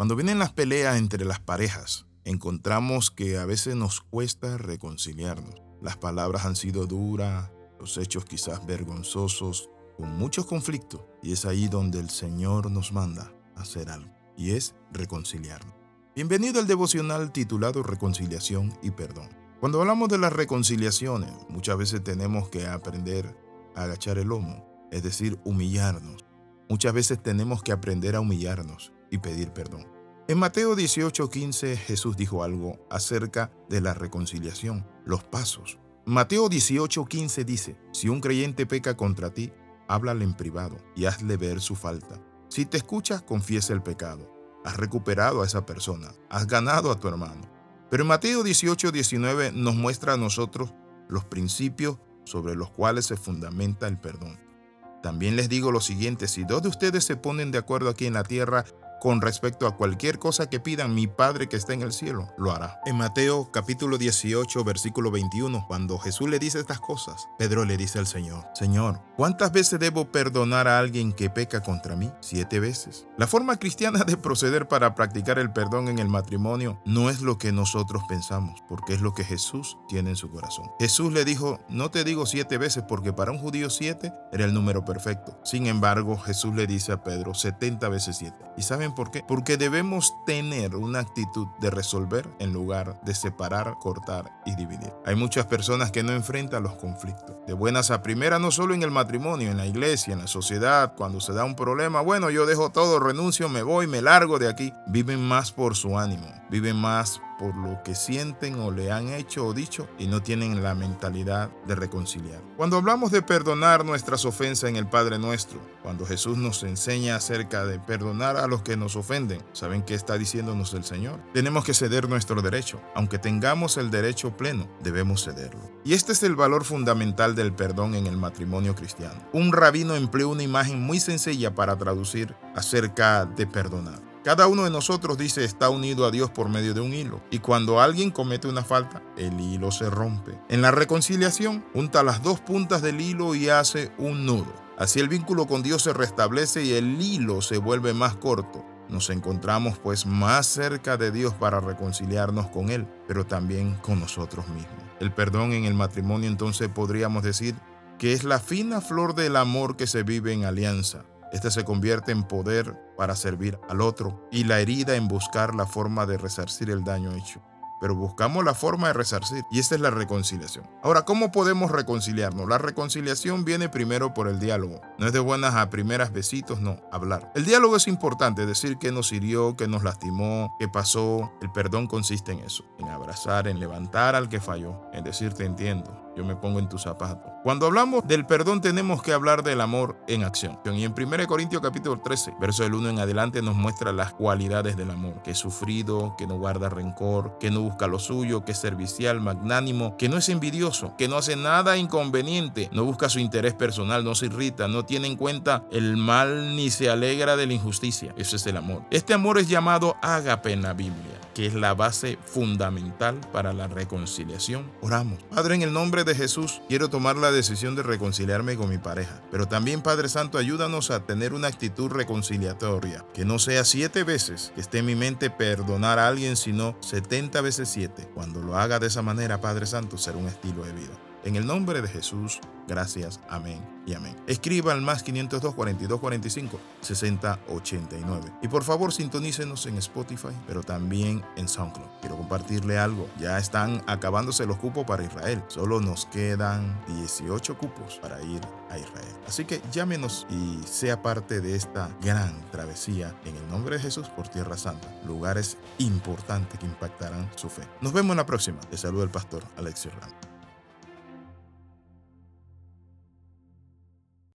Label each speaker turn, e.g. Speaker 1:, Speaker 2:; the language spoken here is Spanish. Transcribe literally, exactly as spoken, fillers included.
Speaker 1: Cuando vienen las peleas entre las parejas, encontramos que a veces nos cuesta reconciliarnos. Las palabras han sido duras, los hechos quizás vergonzosos, con muchos conflictos, y es ahí donde el Señor nos manda a hacer algo, y es reconciliarnos. Bienvenido al devocional titulado Reconciliación y Perdón. Cuando hablamos de las reconciliaciones, muchas veces tenemos que aprender a agachar el lomo, es decir, humillarnos. Muchas veces tenemos que aprender a humillarnos y pedir perdón. En Mateo dieciocho quince, Jesús dijo algo acerca de la reconciliación, los pasos. Mateo dieciocho quince dice, si un creyente peca contra ti, háblale en privado y hazle ver su falta. Si te escuchas, confiesa el pecado. Has recuperado a esa persona, has ganado a tu hermano. Pero en Mateo dieciocho diecinueve nos muestra a nosotros los principios sobre los cuales se fundamenta el perdón. También les digo lo siguiente, si dos de ustedes se ponen de acuerdo aquí en la tierra con respecto a cualquier cosa que pidan, mi Padre que está en el cielo lo hará. En Mateo capítulo dieciocho, versículo veintiuno, cuando Jesús le dice estas cosas, Pedro le dice al Señor, Señor, ¿cuántas veces debo perdonar a alguien que peca contra mí? ¿Siete veces? La forma cristiana de proceder para practicar el perdón en el matrimonio no es lo que nosotros pensamos, porque es lo que Jesús tiene en su corazón. Jesús le dijo, no te digo siete veces, porque para un judío siete era el número perfecto. Sin embargo, Jesús le dice a Pedro, setenta veces siete. ¿Y saben por qué? Porque debemos tener una actitud de resolver en lugar de separar, cortar y dividir. Hay muchas personas que no enfrentan los conflictos. De buenas a primeras, no solo en el matrimonio, en la iglesia, en la sociedad, cuando se da un problema, bueno, yo dejo todo, renuncio, me voy, me largo de aquí. Viven más por su ánimo, viven más por lo que sienten o le han hecho o dicho y no tienen la mentalidad de reconciliar. Cuando hablamos de perdonar nuestras ofensas en el Padre Nuestro, cuando Jesús nos enseña acerca de perdonar a los que nos ofenden, ¿saben qué está diciéndonos el Señor? Tenemos que ceder nuestro derecho. Aunque tengamos el derecho pleno, debemos cederlo. Y este es el valor fundamental del perdón en el matrimonio cristiano. Un rabino empleó una imagen muy sencilla para traducir acerca de perdonar. Cada uno de nosotros, dice, está unido a Dios por medio de un hilo. Y cuando alguien comete una falta, el hilo se rompe. En la reconciliación, junta las dos puntas del hilo y hace un nudo. Así el vínculo con Dios se restablece y el hilo se vuelve más corto. Nos encontramos pues más cerca de Dios para reconciliarnos con Él, pero también con nosotros mismos. El perdón en el matrimonio, entonces, podríamos decir que es la fina flor del amor que se vive en alianza. Este se convierte en poder para servir al otro y la herida en buscar la forma de resarcir el daño hecho. Pero buscamos la forma de resarcir y esta es la reconciliación. Ahora, ¿cómo podemos reconciliarnos? La reconciliación viene primero por el diálogo. No es de buenas a primeras besitos, no, hablar. El diálogo es importante, decir qué nos hirió, qué nos lastimó, qué pasó. El perdón consiste en eso, en abrazar, en levantar al que falló, en decir te entiendo. Yo me pongo en tus zapatos. Cuando hablamos del perdón tenemos que hablar del amor en acción. Y en primera Corintios capítulo trece, verso del uno en adelante nos muestra las cualidades del amor. Que es sufrido, que no guarda rencor, que no busca lo suyo, que es servicial, magnánimo, que no es envidioso, que no hace nada inconveniente, no busca su interés personal, no se irrita, no tiene en cuenta el mal ni se alegra de la injusticia. Ese es el amor. Este amor es llamado ágape en la Biblia, que es la base fundamental para la reconciliación. Oramos. Padre, en el nombre de Jesús, quiero tomar la decisión de reconciliarme con mi pareja. Pero también, Padre Santo, ayúdanos a tener una actitud reconciliatoria. Que no sea siete veces que esté en mi mente perdonar a alguien, sino setenta veces siete. Cuando lo haga de esa manera, Padre Santo, será un estilo de vida. En el nombre de Jesús, gracias, amén y amén. Escriba al más quinientos dos, cuarenta y dos, cuarenta y cinco, sesenta, ochenta y nueve. Y por favor, sintonícenos en Spotify, pero también en SoundCloud. Quiero compartirle algo. Ya están acabándose los cupos para Israel. Solo nos quedan dieciocho cupos para ir a Israel. Así que llámenos y sea parte de esta gran travesía en el nombre de Jesús por Tierra Santa. Lugares importantes que impactarán su fe. Nos vemos en la próxima. Les saluda el pastor Alexio Ramos.